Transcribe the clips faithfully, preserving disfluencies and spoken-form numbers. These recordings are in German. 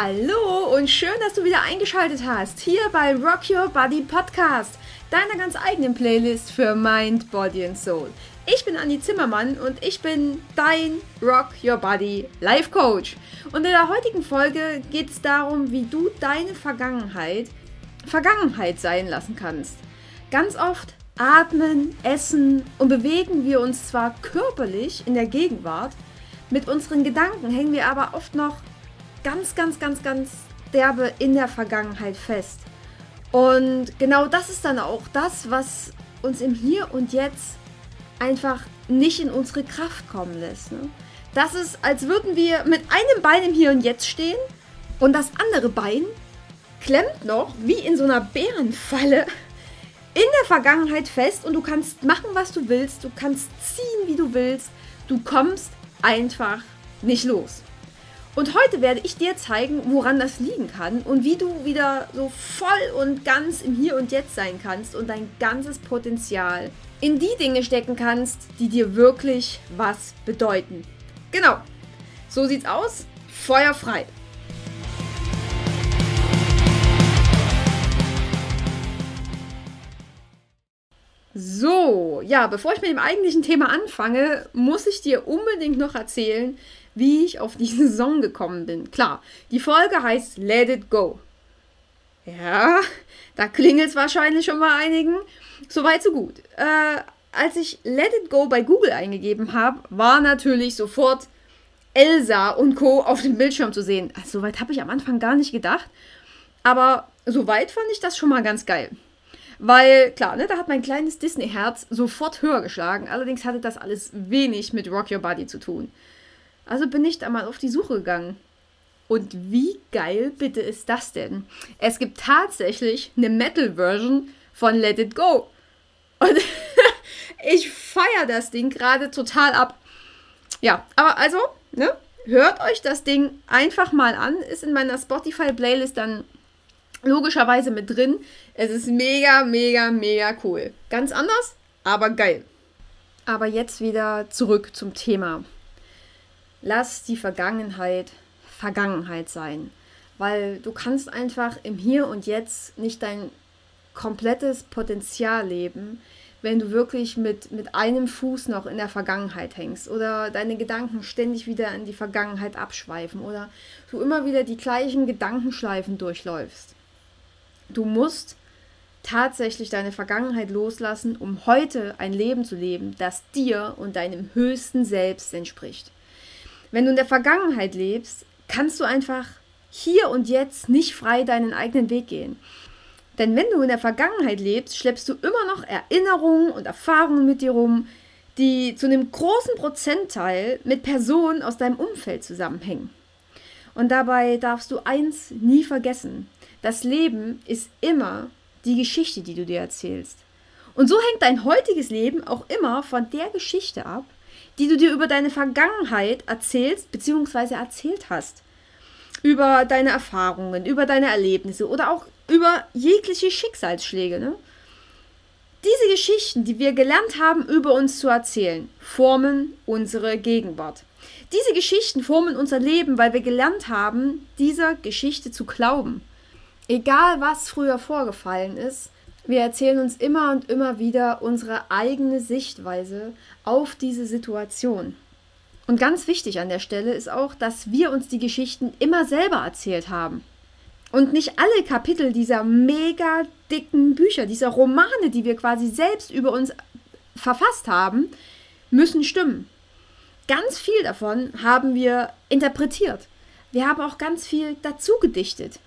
Hallo und schön, dass du wieder eingeschaltet hast, hier bei Rock Your Body Podcast, deiner ganz eigenen Playlist für Mind, Body and Soul. Ich bin Andi Zimmermann und ich bin dein Rock Your Body Life Coach. Und in der heutigen Folge geht es darum, wie du deine Vergangenheit Vergangenheit sein lassen kannst. Ganz oft atmen, essen und bewegen wir uns zwar körperlich in der Gegenwart, mit unseren Gedanken hängen wir aber oft noch ganz, ganz, ganz, ganz derbe in der Vergangenheit fest. Und genau das ist dann auch das, was uns im Hier und Jetzt einfach nicht in unsere Kraft kommen lässt. Ne? Das ist, als würden wir mit einem Bein im Hier und Jetzt stehen und das andere Bein klemmt noch, wie in so einer Bärenfalle, in der Vergangenheit fest und du kannst machen, was du willst, du kannst ziehen, wie du willst, du kommst einfach nicht los. Und heute werde ich dir zeigen, woran das liegen kann und wie du wieder so voll und ganz im Hier und Jetzt sein kannst und dein ganzes Potenzial in die Dinge stecken kannst, die dir wirklich was bedeuten. Genau, so sieht's aus. Feuer frei! So, ja, bevor ich mit dem eigentlichen Thema anfange, muss ich dir unbedingt noch erzählen, wie ich auf diesen Song gekommen bin. Klar, die Folge heißt Let It Go. Ja, da klingelt es wahrscheinlich schon bei einigen. Soweit, so gut. Äh, als ich Let It Go bei Google eingegeben habe, war natürlich sofort Elsa und Co. auf dem Bildschirm zu sehen. Also, soweit habe ich am Anfang gar nicht gedacht. Aber soweit fand ich das schon mal ganz geil. Weil, klar, ne, da hat mein kleines Disney-Herz sofort höher geschlagen. Allerdings hatte das alles wenig mit Rock Your Body zu tun. Also bin ich da mal auf die Suche gegangen. Und wie geil bitte ist das denn? Es gibt tatsächlich eine Metal-Version von Let It Go. Und ich feiere das Ding gerade total ab. Ja, aber also, ne, hört euch das Ding einfach mal an. Ist in meiner Spotify-Playlist dann logischerweise mit drin. Es ist mega, mega, mega cool. Ganz anders, aber geil. Aber jetzt wieder zurück zum Thema. Lass die Vergangenheit Vergangenheit sein. Weil du kannst einfach im Hier und Jetzt nicht dein komplettes Potenzial leben, wenn du wirklich mit, mit einem Fuß noch in der Vergangenheit hängst oder deine Gedanken ständig wieder in die Vergangenheit abschweifen oder du immer wieder die gleichen Gedankenschleifen durchläufst. Du musst tatsächlich deine Vergangenheit loslassen, um heute ein Leben zu leben, das dir und deinem höchsten Selbst entspricht. Wenn du in der Vergangenheit lebst, kannst du einfach hier und jetzt nicht frei deinen eigenen Weg gehen. Denn wenn du in der Vergangenheit lebst, schleppst du immer noch Erinnerungen und Erfahrungen mit dir rum, die zu einem großen Prozentteil mit Personen aus deinem Umfeld zusammenhängen. Und dabei darfst du eins nie vergessen. Das Leben ist immer die Geschichte, die du dir erzählst. Und so hängt dein heutiges Leben auch immer von der Geschichte ab, die du dir über deine Vergangenheit erzählst bzw. erzählt hast. Über deine Erfahrungen, über deine Erlebnisse oder auch über jegliche Schicksalsschläge. Ne? Diese Geschichten, die wir gelernt haben, über uns zu erzählen, formen unsere Gegenwart. Diese Geschichten formen unser Leben, weil wir gelernt haben, dieser Geschichte zu glauben. Egal, was früher vorgefallen ist, wir erzählen uns immer und immer wieder unsere eigene Sichtweise auf diese Situation. Und ganz wichtig an der Stelle ist auch, dass wir uns die Geschichten immer selber erzählt haben. Und nicht alle Kapitel dieser mega dicken Bücher, dieser Romane, die wir quasi selbst über uns verfasst haben, müssen stimmen. Ganz viel davon haben wir interpretiert. Wir haben auch ganz viel dazu gedichtet.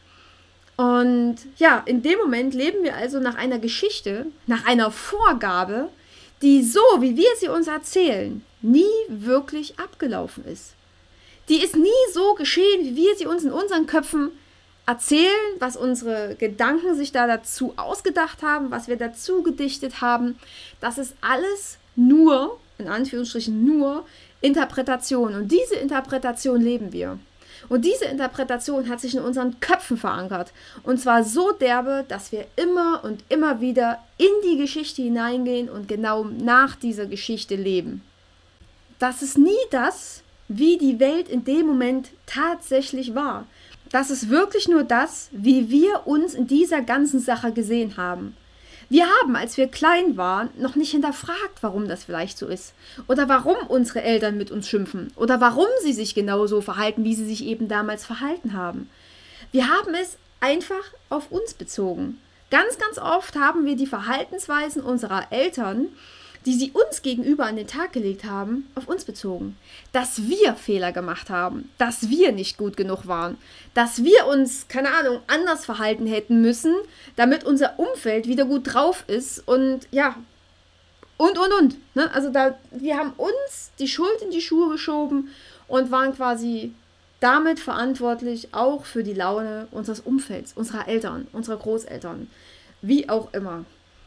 Und ja, in dem Moment leben wir also nach einer Geschichte, nach einer Vorgabe, die so, wie wir sie uns erzählen, nie wirklich abgelaufen ist. Die ist nie so geschehen, wie wir sie uns in unseren Köpfen erzählen, was unsere Gedanken sich da dazu ausgedacht haben, was wir dazu gedichtet haben. Das ist alles nur, in Anführungsstrichen nur, Interpretation. Und diese Interpretation leben wir. Und diese Interpretation hat sich in unseren Köpfen verankert. Und zwar so derbe, dass wir immer und immer wieder in die Geschichte hineingehen und genau nach dieser Geschichte leben. Das ist nie das, wie die Welt in dem Moment tatsächlich war. Das ist wirklich nur das, wie wir uns in dieser ganzen Sache gesehen haben. Wir haben, als wir klein waren, noch nicht hinterfragt, warum das vielleicht so ist. Oder warum unsere Eltern mit uns schimpfen. Oder warum sie sich genauso verhalten, wie sie sich eben damals verhalten haben. Wir haben es einfach auf uns bezogen. Ganz, ganz oft haben wir die Verhaltensweisen unserer Eltern, die sie uns gegenüber an den Tag gelegt haben, auf uns bezogen. Dass wir Fehler gemacht haben, dass wir nicht gut genug waren, dass wir uns, keine Ahnung, anders verhalten hätten müssen, damit unser Umfeld wieder gut drauf ist und ja, und, und, und. Ne? Also da, wir haben uns die Schuld in die Schuhe geschoben und waren quasi damit verantwortlich auch für die Laune unseres Umfelds, unserer Eltern, unserer Großeltern, wie auch immer.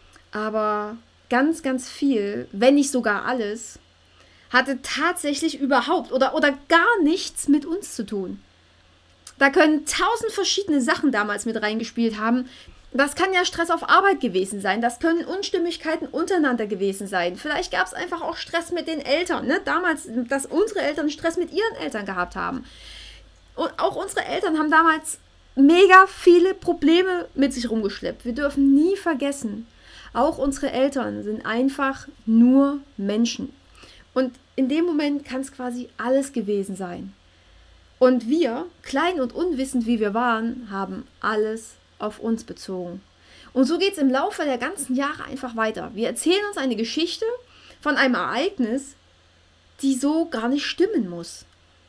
Aber ganz, ganz viel, wenn nicht sogar alles, hatte tatsächlich überhaupt oder, oder gar nichts mit uns zu tun. Da können tausend verschiedene Sachen damals mit reingespielt haben. Das kann ja Stress auf Arbeit gewesen sein, das können Unstimmigkeiten untereinander gewesen sein. Vielleicht gab es einfach auch Stress mit den Eltern, ne? Damals, dass unsere Eltern Stress mit ihren Eltern gehabt haben. Und auch unsere Eltern haben damals mega viele Probleme mit sich rumgeschleppt. Wir dürfen nie vergessen, auch unsere Eltern sind einfach nur Menschen. Und in dem Moment kann es quasi alles gewesen sein. Und wir, klein und unwissend wie wir waren, haben alles auf uns bezogen. Und so geht es im Laufe der ganzen Jahre einfach weiter. Wir erzählen uns eine Geschichte von einem Ereignis, die so gar nicht stimmen muss.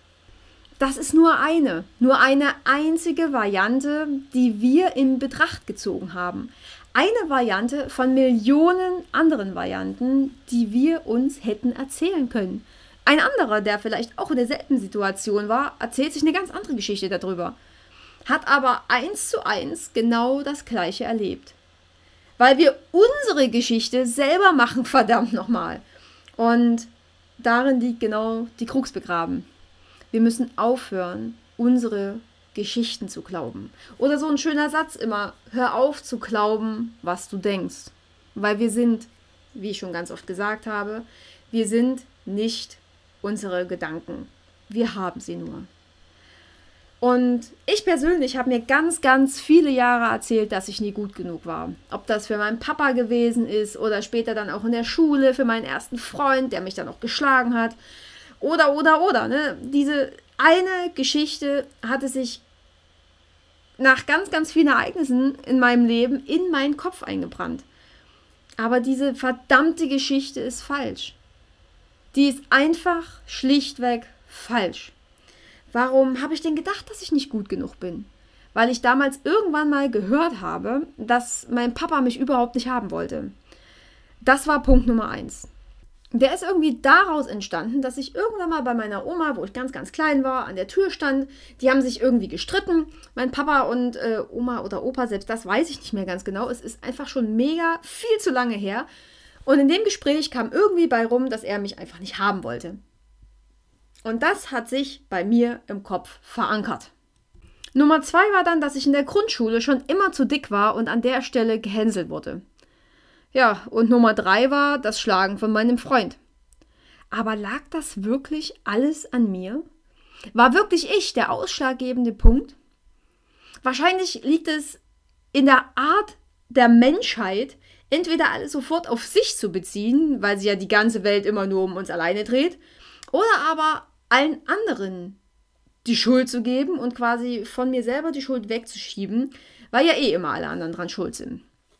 Das ist nur eine, nur eine einzige Variante, die wir in Betracht gezogen haben. Eine Variante von Millionen anderen Varianten, die wir uns hätten erzählen können. Ein anderer, der vielleicht auch in derselben Situation war, erzählt sich eine ganz andere Geschichte darüber. Hat aber eins zu eins genau das Gleiche erlebt. Weil wir unsere Geschichte selber machen, verdammt nochmal. Und darin liegt genau die Krux begraben. Wir müssen aufhören, unsere Geschichten zu glauben. Oder so ein schöner Satz immer, hör auf zu glauben, was du denkst. Weil wir sind, wie ich schon ganz oft gesagt habe, wir sind nicht unsere Gedanken. Wir haben sie nur. Und ich persönlich habe mir ganz, ganz viele Jahre erzählt, dass ich nie gut genug war. Ob das für meinen Papa gewesen ist oder später dann auch in der Schule für meinen ersten Freund, der mich dann auch geschlagen hat. Oder, oder, oder. Ne? Diese eine Geschichte hatte sich nach ganz, ganz vielen Ereignissen in meinem Leben in meinen Kopf eingebrannt. Aber diese verdammte Geschichte ist falsch. Die ist einfach schlichtweg falsch. Warum habe ich denn gedacht, dass ich nicht gut genug bin? Weil ich damals irgendwann mal gehört habe, dass mein Papa mich überhaupt nicht haben wollte. Das war Punkt Nummer eins. Der ist irgendwie daraus entstanden, dass ich irgendwann mal bei meiner Oma, wo ich ganz, ganz klein war, an der Tür stand. Die haben sich irgendwie gestritten. Mein Papa und äh, Oma oder Opa, selbst das weiß ich nicht mehr ganz genau. Es ist einfach schon mega viel zu lange her. Und in dem Gespräch kam irgendwie bei rum, dass er mich einfach nicht haben wollte. Und das hat sich bei mir im Kopf verankert. Nummer zwei war dann, dass ich in der Grundschule schon immer zu dick war und an der Stelle gehänselt wurde. Ja, und Nummer drei war das Schlagen von meinem Freund. Aber lag das wirklich alles an mir? War wirklich ich der ausschlaggebende Punkt? Wahrscheinlich liegt es in der Art der Menschheit, entweder alles sofort auf sich zu beziehen, weil sich ja die ganze Welt immer nur um uns alleine dreht, oder aber allen anderen die Schuld zu geben und quasi von mir selber die Schuld wegzuschieben, weil ja eh immer alle anderen dran schuld sind.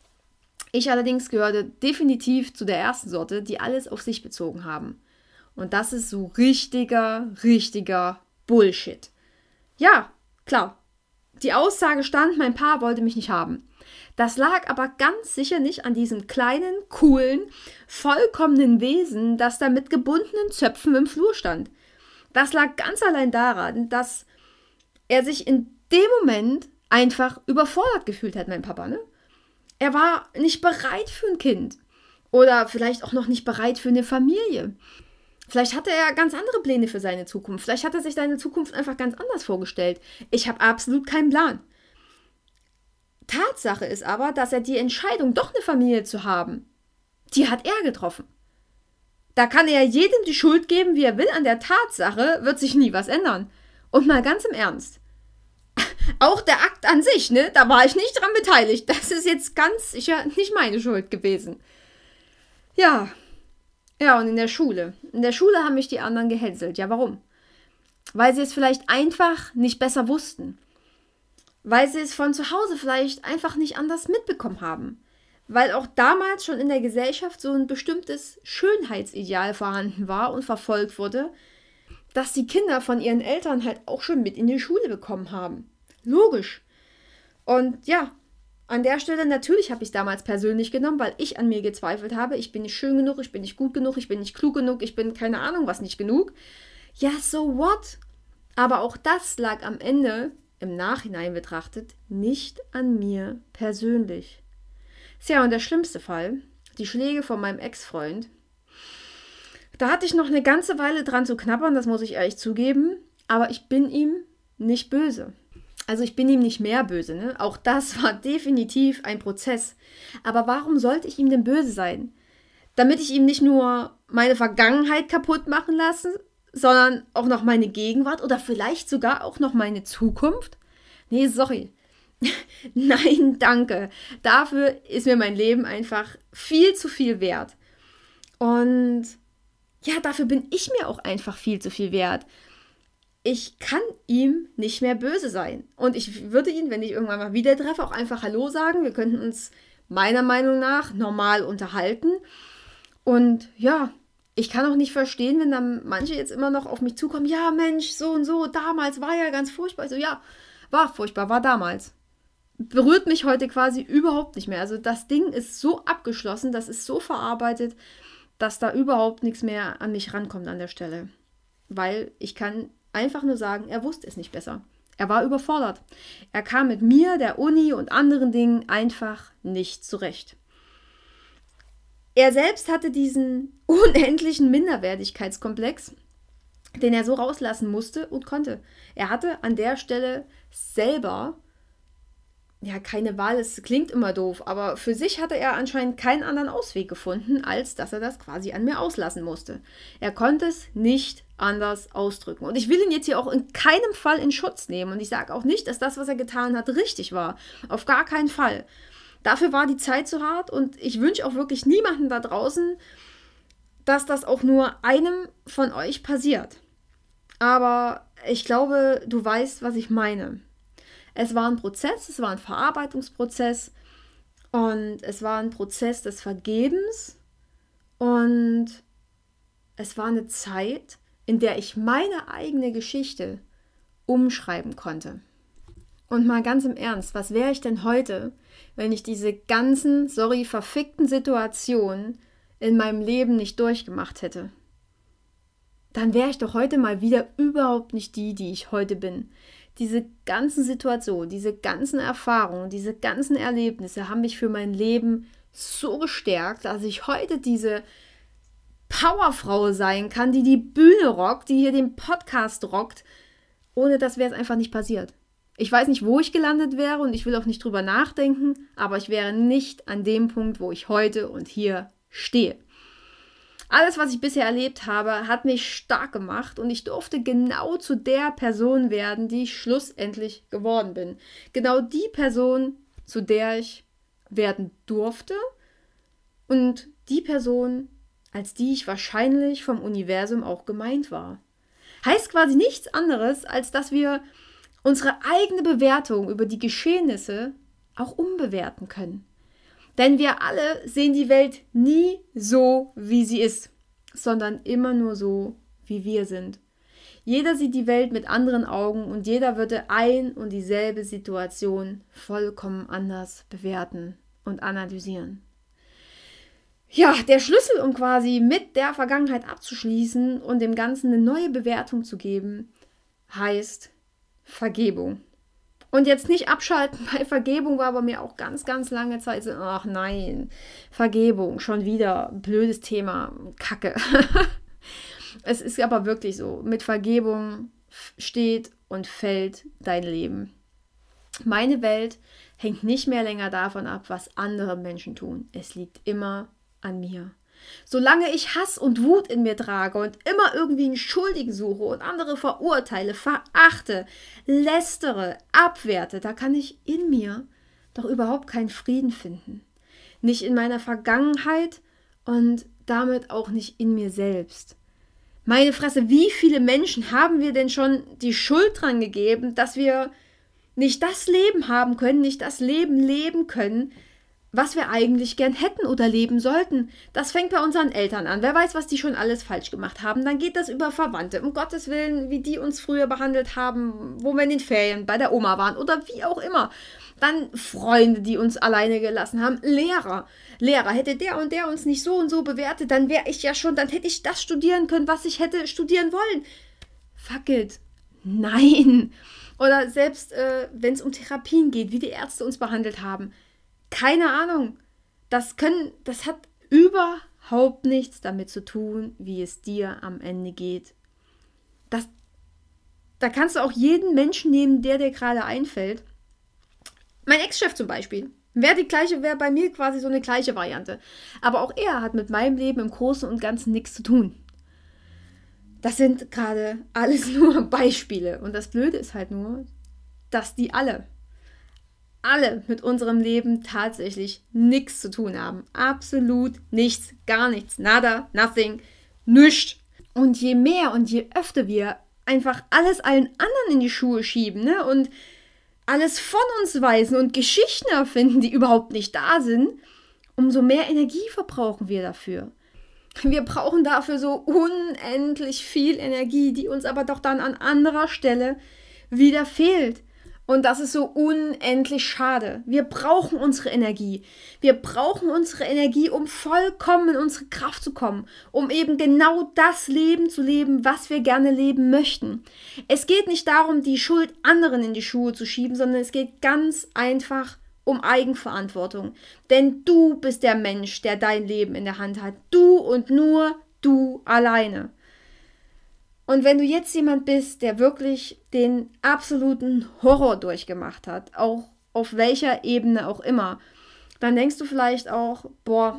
Ich allerdings gehörte definitiv zu der ersten Sorte, die alles auf sich bezogen haben. Und das ist so richtiger, richtiger Bullshit. Ja, klar. Die Aussage stand, mein Paar wollte mich nicht haben. Das lag aber ganz sicher nicht an diesem kleinen, coolen, vollkommenen Wesen, das da mit gebundenen Zöpfen im Flur stand. Das lag ganz allein daran, dass er sich in dem Moment einfach überfordert gefühlt hat, mein Papa, ne? Er war nicht bereit für ein Kind. Oder vielleicht auch noch nicht bereit für eine Familie. Vielleicht hatte er ganz andere Pläne für seine Zukunft. Vielleicht hat er sich seine Zukunft einfach ganz anders vorgestellt. Ich habe absolut keinen Plan. Tatsache ist aber, dass er die Entscheidung, doch eine Familie zu haben, die hat er getroffen. Da kann er jedem die Schuld geben, wie er will. An der Tatsache wird sich nie was ändern. Und mal ganz im Ernst. Auch der Akt an sich, ne, da war ich nicht dran beteiligt. Das ist jetzt ganz sicher nicht meine Schuld gewesen. Ja, ja, und in der Schule. In der Schule haben mich die anderen gehänselt. Ja, warum? Weil sie es vielleicht einfach nicht besser wussten. Weil sie es von zu Hause vielleicht einfach nicht anders mitbekommen haben. Weil auch damals schon in der Gesellschaft so ein bestimmtes Schönheitsideal vorhanden war und verfolgt wurde, dass die Kinder von ihren Eltern halt auch schon mit in die Schule bekommen haben. Logisch. Und ja, an der Stelle natürlich habe ich es damals persönlich genommen, weil ich an mir gezweifelt habe. Ich bin nicht schön genug, ich bin nicht gut genug, ich bin nicht klug genug, ich bin keine Ahnung was nicht genug. Ja, so what? Aber auch das lag am Ende, im Nachhinein betrachtet, nicht an mir persönlich. Tja, und der schlimmste Fall, die Schläge von meinem Ex-Freund. Da hatte ich noch eine ganze Weile dran zu knabbern, das muss ich ehrlich zugeben, aber ich bin ihm nicht böse. Also ich bin ihm nicht mehr böse, ne? Auch das war definitiv ein Prozess. Aber warum sollte ich ihm denn böse sein? Damit ich ihm nicht nur meine Vergangenheit kaputt machen lasse, sondern auch noch meine Gegenwart oder vielleicht sogar auch noch meine Zukunft? Nee, sorry. Nein, danke. Dafür ist mir mein Leben einfach viel zu viel wert. Und ja, dafür bin ich mir auch einfach viel zu viel wert. Ich kann ihm nicht mehr böse sein. Und ich würde ihn, wenn ich irgendwann mal wieder treffe, auch einfach Hallo sagen. Wir könnten uns meiner Meinung nach normal unterhalten. Und ja, ich kann auch nicht verstehen, wenn dann manche jetzt immer noch auf mich zukommen. Ja, Mensch, so und so, damals war ja ganz furchtbar. Ich so, ja, war furchtbar, war damals. Berührt mich heute quasi überhaupt nicht mehr. Also das Ding ist so abgeschlossen, das ist so verarbeitet, dass da überhaupt nichts mehr an mich rankommt an der Stelle. Weil ich kann einfach nur sagen, er wusste es nicht besser. Er war überfordert. Er kam mit mir, der Uni und anderen Dingen einfach nicht zurecht. Er selbst hatte diesen unendlichen Minderwertigkeitskomplex, den er so rauslassen musste und konnte. Er hatte an der Stelle selber ja, keine Wahl, es klingt immer doof, aber für sich hatte er anscheinend keinen anderen Ausweg gefunden, als dass er das quasi an mir auslassen musste. Er konnte es nicht anders ausdrücken. Und ich will ihn jetzt hier auch in keinem Fall in Schutz nehmen. Und ich sage auch nicht, dass das, was er getan hat, richtig war. Auf gar keinen Fall. Dafür war die Zeit zu hart und ich wünsche auch wirklich niemandem da draußen, dass das auch nur einem von euch passiert. Aber ich glaube, du weißt, was ich meine. Es war ein Prozess, es war ein Verarbeitungsprozess und es war ein Prozess des Vergebens und es war eine Zeit, in der ich meine eigene Geschichte umschreiben konnte. Und mal ganz im Ernst, was wäre ich denn heute, wenn ich diese ganzen, sorry, verfickten Situationen in meinem Leben nicht durchgemacht hätte? Dann wäre ich doch heute mal wieder überhaupt nicht die, die ich heute bin. Diese ganzen Situationen, diese ganzen Erfahrungen, diese ganzen Erlebnisse haben mich für mein Leben so gestärkt, dass ich heute diese Powerfrau sein kann, die die Bühne rockt, die hier den Podcast rockt. Ohne das wäre es einfach nicht passiert. Ich weiß nicht, wo ich gelandet wäre und ich will auch nicht drüber nachdenken, aber ich wäre nicht an dem Punkt, wo ich heute und hier stehe. Alles, was ich bisher erlebt habe, hat mich stark gemacht und ich durfte genau zu der Person werden, die ich schlussendlich geworden bin. Genau die Person, zu der ich werden durfte und die Person, als die ich wahrscheinlich vom Universum auch gemeint war. Heißt quasi nichts anderes, als dass wir unsere eigene Bewertung über die Geschehnisse auch umbewerten können. Denn wir alle sehen die Welt nie so, wie sie ist, sondern immer nur so, wie wir sind. Jeder sieht die Welt mit anderen Augen und jeder würde ein und dieselbe Situation vollkommen anders bewerten und analysieren. Ja, der Schlüssel, um quasi mit der Vergangenheit abzuschließen und dem Ganzen eine neue Bewertung zu geben, heißt Vergebung. Und jetzt nicht abschalten, bei Vergebung war bei mir auch ganz, ganz lange Zeit so, ach nein, Vergebung, schon wieder, blödes Thema, Kacke. Es ist aber wirklich so, mit Vergebung steht und fällt dein Leben. Meine Welt hängt nicht mehr länger davon ab, was andere Menschen tun. Es liegt immer an mir. Solange ich Hass und Wut in mir trage und immer irgendwie einen Schuldigen suche und andere verurteile, verachte, lästere, abwerte, da kann ich in mir doch überhaupt keinen Frieden finden. Nicht in meiner Vergangenheit und damit auch nicht in mir selbst. Meine Fresse, wie viele Menschen haben wir denn schon die Schuld dran gegeben, dass wir nicht das Leben haben können, nicht das Leben leben können, was wir eigentlich gern hätten oder leben sollten. Das fängt bei unseren Eltern an. Wer weiß, was die schon alles falsch gemacht haben. Dann geht das über Verwandte. Um Gottes Willen, wie die uns früher behandelt haben, wo wir in den Ferien bei der Oma waren oder wie auch immer. Dann Freunde, die uns alleine gelassen haben. Lehrer. Lehrer, hätte der und der uns nicht so und so bewertet, dann wäre ich ja schon, dann hätte ich das studieren können, was ich hätte studieren wollen. Fuck it. Nein. Oder selbst, äh, wenn es um Therapien geht, wie die Ärzte uns behandelt haben. Keine Ahnung. Das können, das hat überhaupt nichts damit zu tun, wie es dir am Ende geht. Das, da kannst du auch jeden Menschen nehmen, der dir gerade einfällt. Mein Ex-Chef zum Beispiel. Wäre die gleiche, wäre bei mir quasi so eine gleiche Variante. Aber auch er hat mit meinem Leben im Großen und Ganzen nichts zu tun. Das sind gerade alles nur Beispiele. Und das Blöde ist halt nur, dass die alle alle mit unserem Leben tatsächlich nichts zu tun haben. Absolut nichts, gar nichts, nada, nothing, nichts. Und je mehr und je öfter wir einfach alles allen anderen in die Schuhe schieben, ne, und alles von uns weisen und Geschichten erfinden, die überhaupt nicht da sind, umso mehr Energie verbrauchen wir dafür. Wir brauchen dafür so unendlich viel Energie, die uns aber doch dann an anderer Stelle wieder fehlt. Und das ist so unendlich schade. Wir brauchen unsere Energie. Wir brauchen unsere Energie, um vollkommen in unsere Kraft zu kommen, um eben genau das Leben zu leben, was wir gerne leben möchten. Es geht nicht darum, die Schuld anderen in die Schuhe zu schieben, sondern es geht ganz einfach um Eigenverantwortung. Denn du bist der Mensch, der dein Leben in der Hand hat. Du und nur du alleine. Und wenn du jetzt jemand bist, der wirklich den absoluten Horror durchgemacht hat, auch auf welcher Ebene auch immer, dann denkst du vielleicht auch, boah,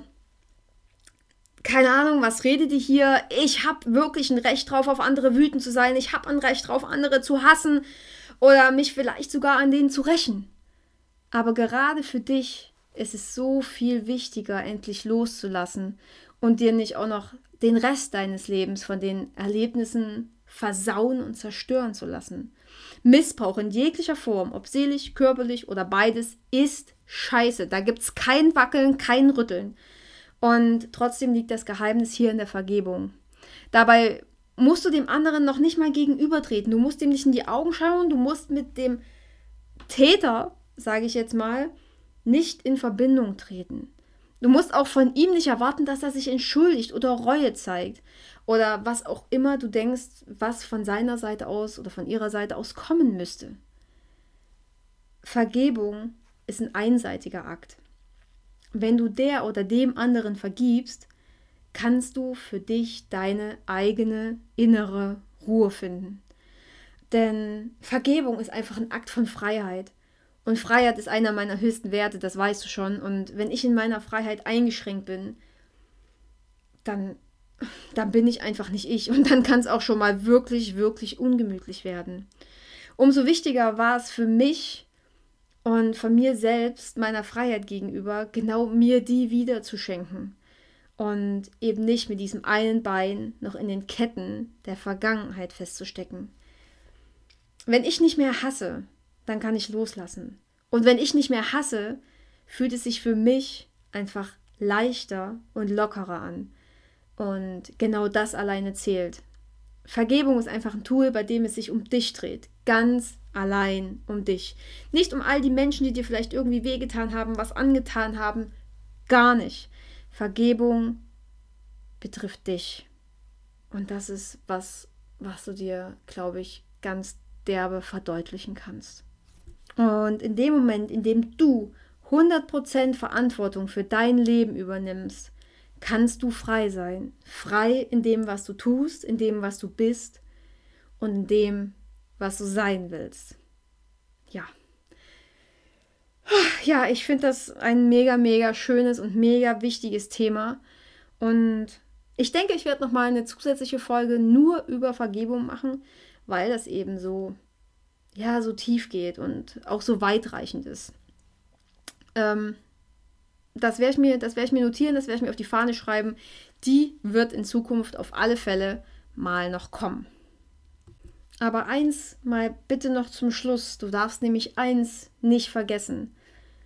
keine Ahnung, was redet die hier? Ich habe wirklich ein Recht drauf, auf andere wütend zu sein. Ich habe ein Recht drauf, andere zu hassen oder mich vielleicht sogar an denen zu rächen. Aber gerade für dich ist es so viel wichtiger, endlich loszulassen und dir nicht auch noch den Rest deines Lebens von den Erlebnissen versauen und zerstören zu lassen. Missbrauch in jeglicher Form, ob seelisch, körperlich oder beides, ist scheiße. Da gibt es kein Wackeln, kein Rütteln. Und trotzdem liegt das Geheimnis hier in der Vergebung. Dabei musst du dem anderen noch nicht mal gegenübertreten. Du musst ihm nicht in die Augen schauen. Du musst mit dem Täter, sage ich jetzt mal, nicht in Verbindung treten. Du musst auch von ihm nicht erwarten, dass er sich entschuldigt oder Reue zeigt. Oder was auch immer du denkst, was von seiner Seite aus oder von ihrer Seite aus kommen müsste. Vergebung ist ein einseitiger Akt. Wenn du der oder dem anderen vergibst, kannst du für dich deine eigene innere Ruhe finden. Denn Vergebung ist einfach ein Akt von Freiheit. Und Freiheit ist einer meiner höchsten Werte, das weißt du schon. Und wenn ich in meiner Freiheit eingeschränkt bin, dann, dann bin ich einfach nicht ich. Und dann kann es auch schon mal wirklich, wirklich ungemütlich werden. Umso wichtiger war es für mich und von mir selbst, meiner Freiheit gegenüber, genau mir die wieder zu schenken. Und eben nicht mit diesem einen Bein noch in den Ketten der Vergangenheit festzustecken. Wenn ich nicht mehr hasse, dann kann ich loslassen. Und wenn ich nicht mehr hasse, fühlt es sich für mich einfach leichter und lockerer an. Und genau das alleine zählt. Vergebung ist einfach ein Tool, bei dem es sich um dich dreht. Ganz allein um dich. Nicht um all die Menschen, die dir vielleicht irgendwie wehgetan haben, was angetan haben. Gar nicht. Vergebung betrifft dich. Und das ist was, was du dir, glaube ich, ganz derbe verdeutlichen kannst. Und in dem Moment, in dem du hundert Prozent Verantwortung für dein Leben übernimmst, kannst du frei sein. Frei in dem, was du tust, in dem, was du bist und in dem, was du sein willst. Ja. Ja, ich finde das ein mega, mega schönes und mega wichtiges Thema. Und ich denke, ich werde nochmal eine zusätzliche Folge nur über Vergebung machen, weil das eben so, ja, so tief geht und auch so weitreichend ist. Ähm, das werde ich mir, das werde ich mir notieren, das werde ich mir auf die Fahne schreiben. Die wird in Zukunft auf alle Fälle mal noch kommen. Aber eins mal bitte noch zum Schluss. Du darfst nämlich eins nicht vergessen.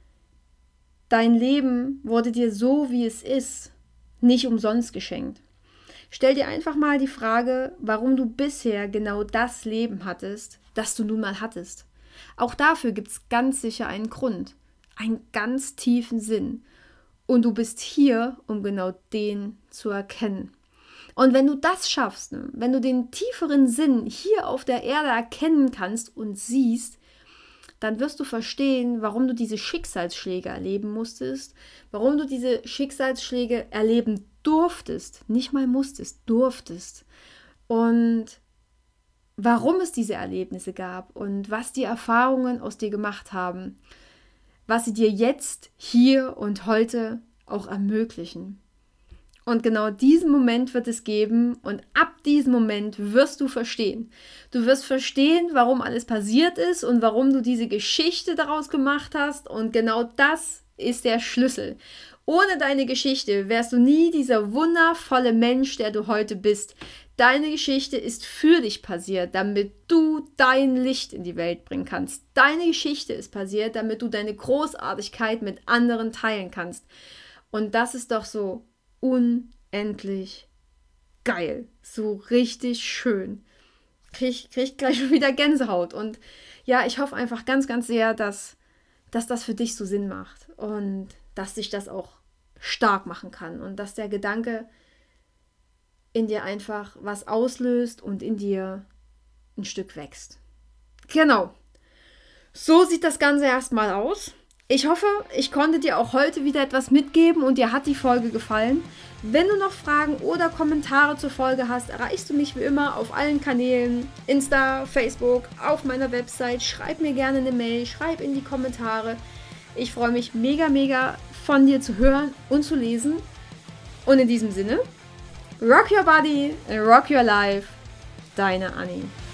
Dein Leben wurde dir so, wie es ist, nicht umsonst geschenkt. Stell dir einfach mal die Frage, warum du bisher genau das Leben hattest, das du nun mal hattest. Auch dafür gibt es ganz sicher einen Grund, einen ganz tiefen Sinn. Und du bist hier, um genau den zu erkennen. Und wenn du das schaffst, wenn du den tieferen Sinn hier auf der Erde erkennen kannst und siehst, dann wirst du verstehen, warum du diese Schicksalsschläge erleben musstest, warum du diese Schicksalsschläge erleben durftest, nicht mal musstest, durftest. Und warum es diese Erlebnisse gab und was die Erfahrungen aus dir gemacht haben, was sie dir jetzt, hier und heute auch ermöglichen. Und genau diesen Moment wird es geben und ab diesem Moment wirst du verstehen. Du wirst verstehen, warum alles passiert ist und warum du diese Geschichte daraus gemacht hast und genau das ist der Schlüssel. Ohne deine Geschichte wärst du nie dieser wundervolle Mensch, der du heute bist. Deine Geschichte ist für dich passiert, damit du dein Licht in die Welt bringen kannst. Deine Geschichte ist passiert, damit du deine Großartigkeit mit anderen teilen kannst. Und das ist doch so unendlich geil. So richtig schön. Krieg, krieg gleich schon wieder Gänsehaut. Und ja, ich hoffe einfach ganz, ganz sehr, dass, dass das für dich so Sinn macht. Und dass dich das auch stark machen kann. Und dass der Gedanke in dir einfach was auslöst und in dir ein Stück wächst. Genau. So sieht das Ganze erstmal aus. Ich hoffe, ich konnte dir auch heute wieder etwas mitgeben und dir hat die Folge gefallen. Wenn du noch Fragen oder Kommentare zur Folge hast, erreichst du mich wie immer auf allen Kanälen, Insta, Facebook, auf meiner Website. Schreib mir gerne eine Mail, schreib in die Kommentare. Ich freue mich mega, mega von dir zu hören und zu lesen. Und in diesem Sinne, rock your body and rock your life. Deine Anni.